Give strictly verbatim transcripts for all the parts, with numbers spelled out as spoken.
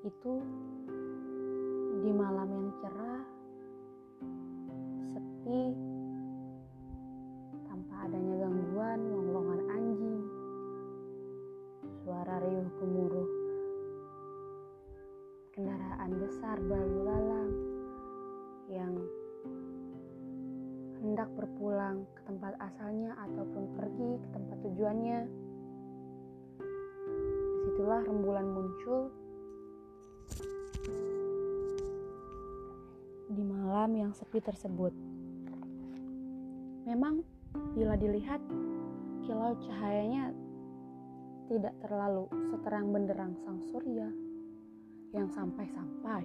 itu di malam yang cerah, sepi, tanpa adanya gangguan longlongan anjing, suara riuh gemuruh kendaraan besar berlalu lalang yang hendak berpulang ke tempat asalnya ataupun pergi ke tempat tujuannya. Disitulah rembulan muncul di malam yang sepi tersebut. Memang bila dilihat, kilau cahayanya tidak terlalu seterang benderang sang surya yang sampai-sampai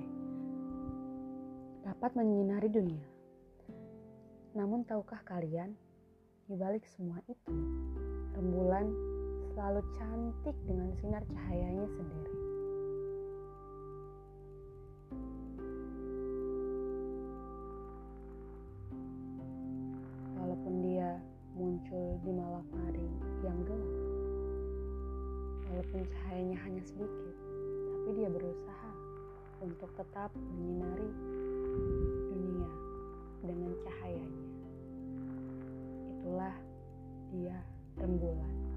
dapat menyinari dunia. Namun tahukah kalian, di balik semua itu, rembulan selalu cantik dengan sinar cahayanya sendiri. Walaupun dia muncul di malam hari yang gelap, walaupun cahayanya hanya sedikit, tapi dia berusaha untuk tetap menyinari dunia dengan cahayanya. Itulah dia, rembulan.